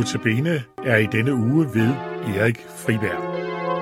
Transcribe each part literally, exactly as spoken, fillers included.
Notabene er i denne uge ved Erik Friberg.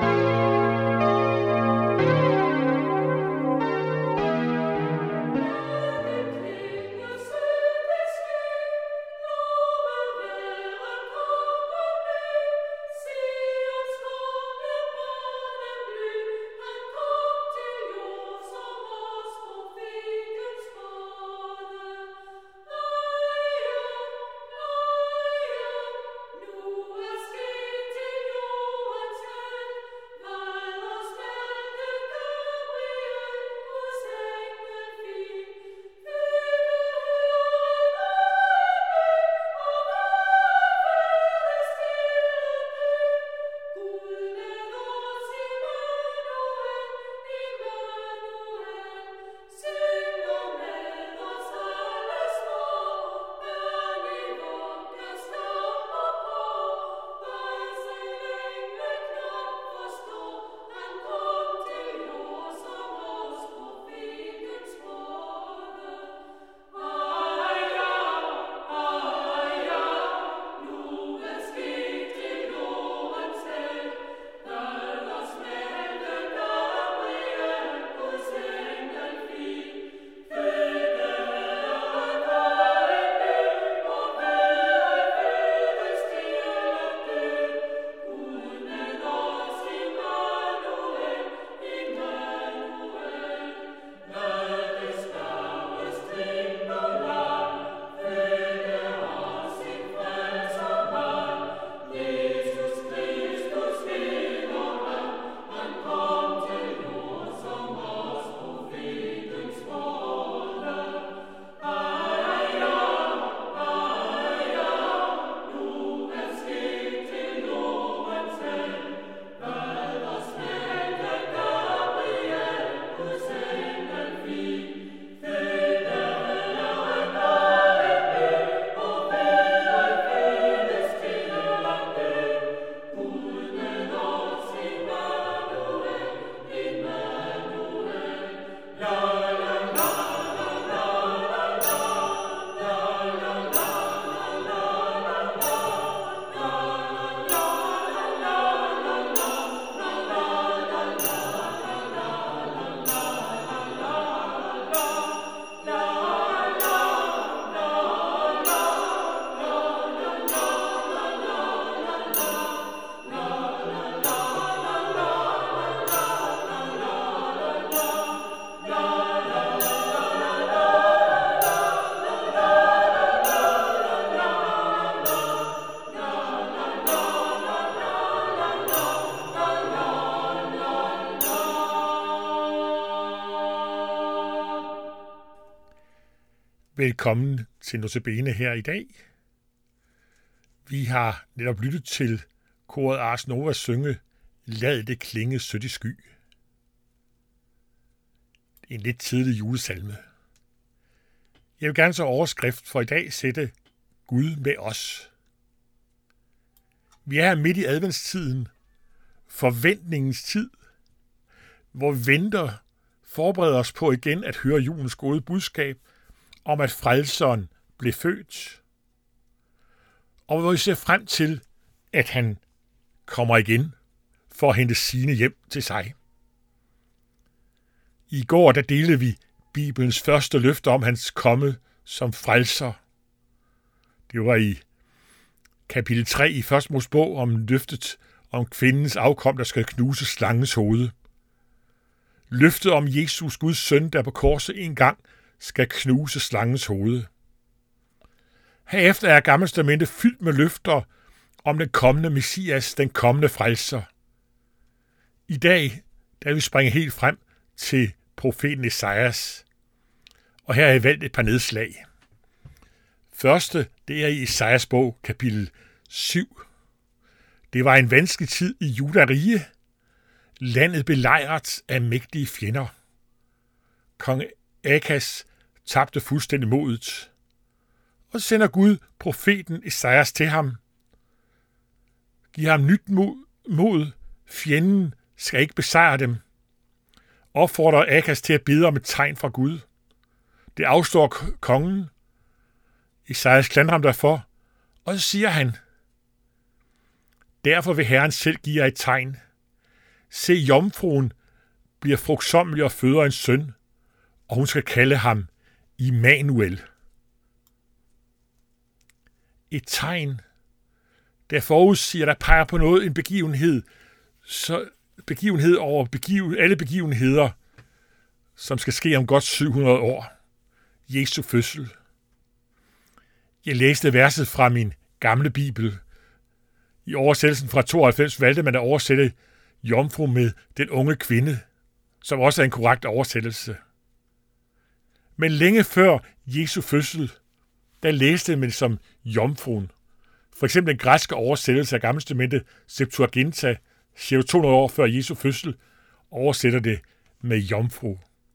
Velkommen til Notabene her i dag. Vi har netop lyttet til koret Ars Nova synge Lad det klinge sødt i sky. En lidt tidlig julesalme. Jeg vil gerne så overskrift for i dag sætte Gud med os. Vi er her midt i adventstiden, forventningens tid, hvor vi venter, forbereder os på igen at høre julens gode budskab om, at frelseren blev født, og hvor vi ser frem til, at han kommer igen for at hente sine hjem til sig. I går der delte vi Bibelens første løfte om hans komme som frelser. Det var i kapitel tre i første Mosebog om løftet om kvindens afkom, der skal knuse slangens hoved. Løftet om Jesus, Guds søn, der på korset en gang skal knuse slangens hoved. Herefter er Gamle Testamente fyldt med løfter om den kommende Messias, den kommende frelser. I dag, der vi springer helt frem til profeten Esajas. Og her har jeg valgt et par nedslag. Første, det er i Esajas bog, kapitel syv. Det var en vanskelig tid i Judarige. Landet belejret af mægtige fjender. Kong Akas tabte fuldstændig modet. Og sender Gud profeten Esajas til ham. Giv ham nyt mod. Fjenden skal ikke besejre dem. Opfordrer Akas til at bede om et tegn fra Gud. Det afstår kongen. Esajas klandrer ham derfor. Og så siger han, Derfor vil Herren selv give jer et tegn. Se, jomfruen bliver frugtsommelig og føder en søn, og hun skal kalde ham Immanuel. Et tegn, der forudsiger, der peger på noget, en begivenhed, så begivenhed over begiven, alle begivenheder, som skal ske om godt syv hundrede år. Jesu fødsel. Jeg læste verset fra min gamle bibel. I oversættelsen fra tooghalvfems valgte man at oversætte jomfru med den unge kvinde, som også er en korrekt oversættelse. Men længe før Jesu fødsel, der læste man det som jomfruen. For eksempel den græske oversættelse af Gamle Testamentet, Septuaginta, cirka to hundrede år før Jesu fødsel, oversætter det med jomfru.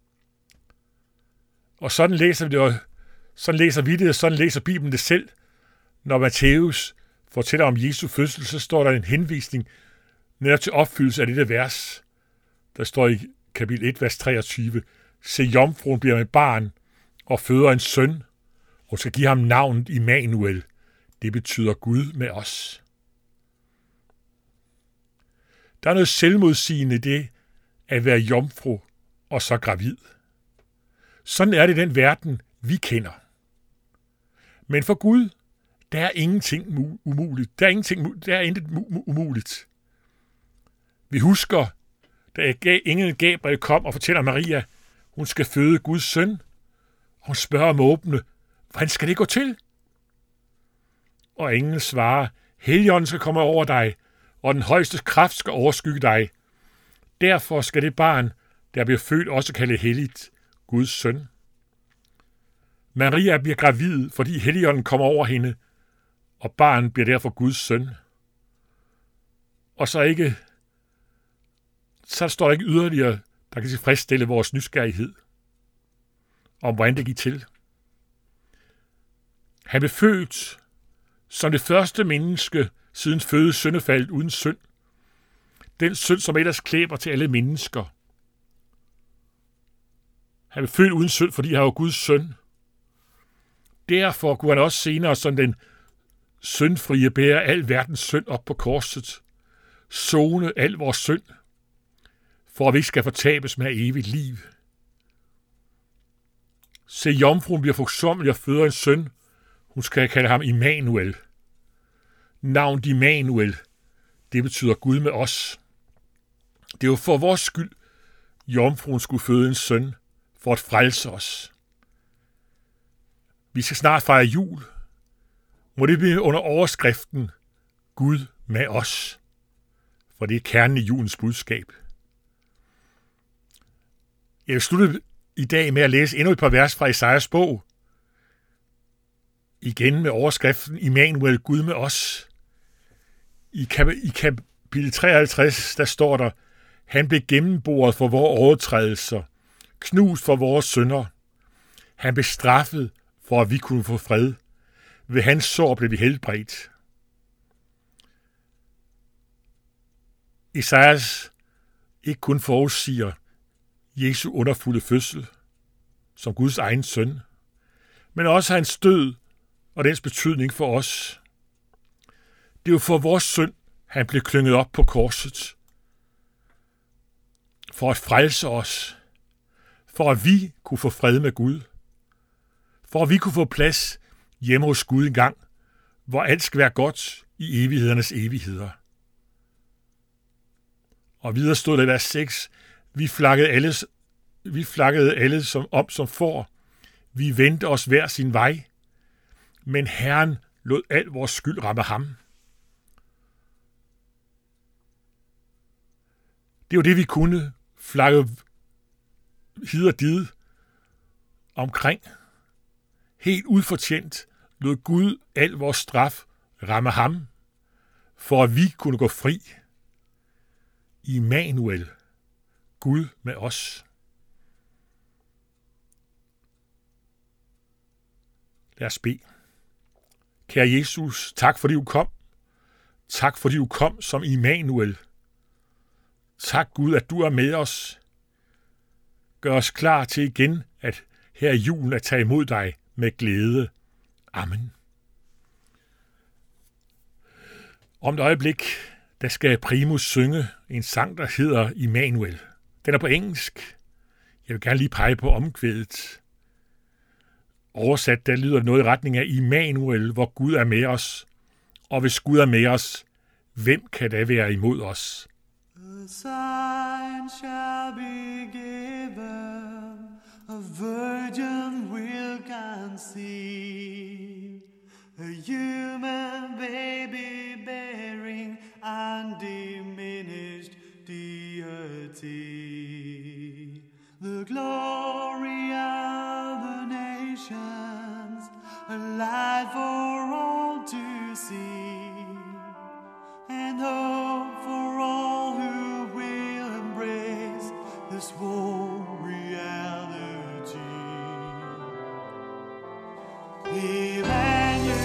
Og sådan læser vi det, og sådan læser vi det, og sådan læser Bibelen det selv. Når Matthæus fortæller om Jesu fødsel, så står der en henvisning netop til opfyldelse af dette vers. Der står i kapitel et, vers treogtyve. Se, jomfruen bliver med barn og føder en søn, og skal give ham navnet Immanuel. Det betyder Gud med os. Der er noget selvmodsigende i det at være jomfru og så gravid. Sådan er det i den verden, vi kender. Men for Gud, der er ingenting umuligt. Der er, ingenting, der er intet umuligt. Vi husker, da englen Gabriel kom og fortæller Maria, hun skal føde Guds søn. Hun spørger om åbne, hvordan skal det gå til? Og englen svarer, Helligånden skal komme over dig, og den højeste kraft skal overskygge dig. Derfor skal det barn, der bliver født, også kalde helligt, Guds søn. Maria bliver gravid, fordi Helligånden kommer over hende, og barnet bliver derfor Guds søn. Og så ikke, så står der ikke yderligere, der kan tilfredsstille vores nysgerrighed om, hvordan det gik til. Han blev født som det første menneske siden fødes syndefaldet uden synd. Den synd, som ellers klæber til alle mennesker. Han blev født uden synd, fordi han var Guds søn. Derfor kunne han også senere som den syndfrie bære al verdens synd op på korset. Sone al vores synd, for at vi ikke skal fortabes med evigt liv. Se, jomfruen bliver frugtsommelig og føder en søn. Hun skal kalde ham Immanuel. Navnet Immanuel, det betyder Gud med os. Det er jo for vores skyld, jomfruen skulle føde en søn, for at frelse os. Vi skal snart fejre jul. Må det blive under overskriften Gud med os, for det er kernen i julens budskab. Jeg vil slutte i dag med at læse endnu et par vers fra Esajas bog. Igen med overskriften Immanuel, Gud med os. I, kap- i kapitel treoghalvtreds, der står der, han blev gennemboret for vores overtrædelser, knust for vores synder. Han blev straffet, for at vi kunne få fred. Ved hans sår blev vi helbredt. Esajas ikke kun forudsiger Jesu underfulde fødsel som Guds egen søn, men også hans død og dens betydning for os. Det er jo for vores synd, han blev klynget op på korset. For at frelse os. For at vi kunne få fred med Gud. For at vi kunne få plads hjemme hos Gud en gang, hvor alt skal være godt i evighedernes evigheder. Og videre stod der i vers seks, vi flakkede alle, vi flakkede alle som om som får. Vi vendte os hver sin vej, men Herren lod al vores skyld ramme ham. Det var det, vi kunne flakke hid og did omkring. Helt udfortjent lod Gud al vores straf ramme ham, for at vi kunne gå fri. Immanuel, Gud med os. Lad os bede. Kære Jesus, tak fordi du kom. Tak fordi du kom som Immanuel. Tak Gud, at du er med os. Gør os klar til igen, at her i julen at tage imod dig med glæde. Amen. Om et øjeblik der skal Primus synge en sang, der hedder Immanuel. Den er på engelsk. Jeg vil gerne lige pege på omkvædet. Oversat, der lyder noget i retning af Immanuel, hvor Gud er med os. Og hvis Gud er med os, hvem kan da være imod os? A sign shall be given, a virgin will conceive, a human baby bearing undiminished deity. The glory of the nations, a light for all to see, and hope for all who will embrace this whole reality. Emmanuel,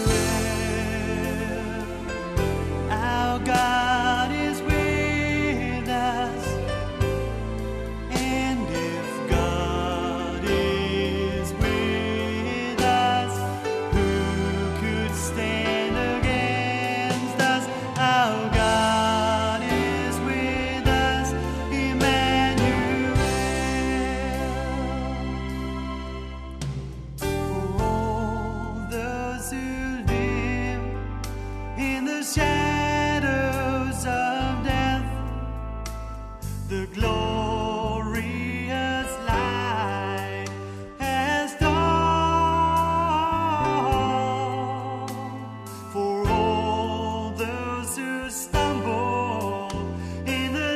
our God is with us, and if God is with us, who could stand against us? Our God is with us, Emmanuel. For all those who live in the shadows of death, the glorious light has dawned. For all those who stumble in the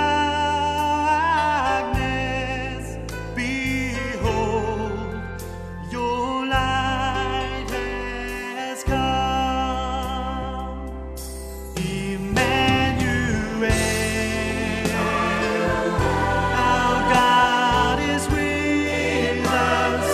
darkness, behold, your light has come. Emmanuel, our God is with us,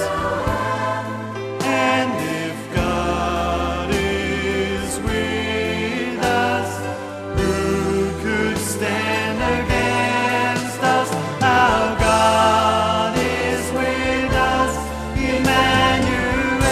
and if God is with us, who could stand against us? Our God is with us, Emmanuel.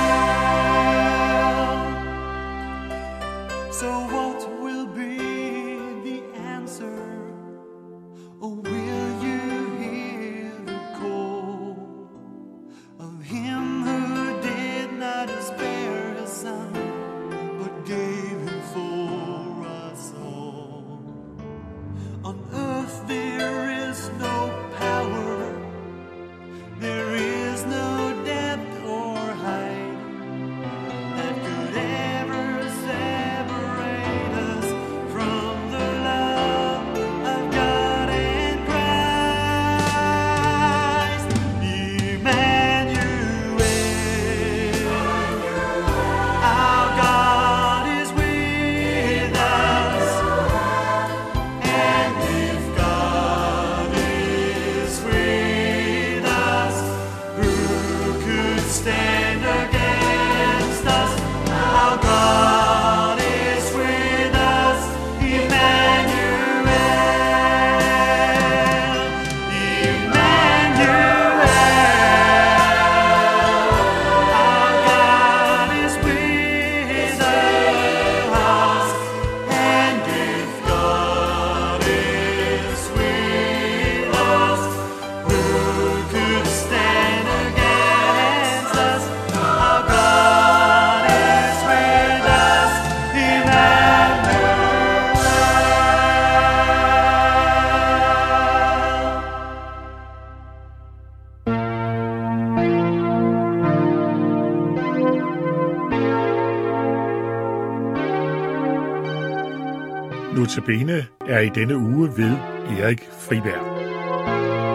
So what will be the answer? Or will you hear the call of him who did not spare his son, but gave him for us all? On earth there is no power, there is no depth or height that could ever separate us from the love of God and Christ. Emmanuel, our God is with us, and if God is with us, who could stand against us? Our God is with us, Emmanuel. Emmanuel, our God is with us, and if God is with us, who could stand against us? Our God is with us, Emmanuel. Notabene er i denne uge ved Erik Friberg.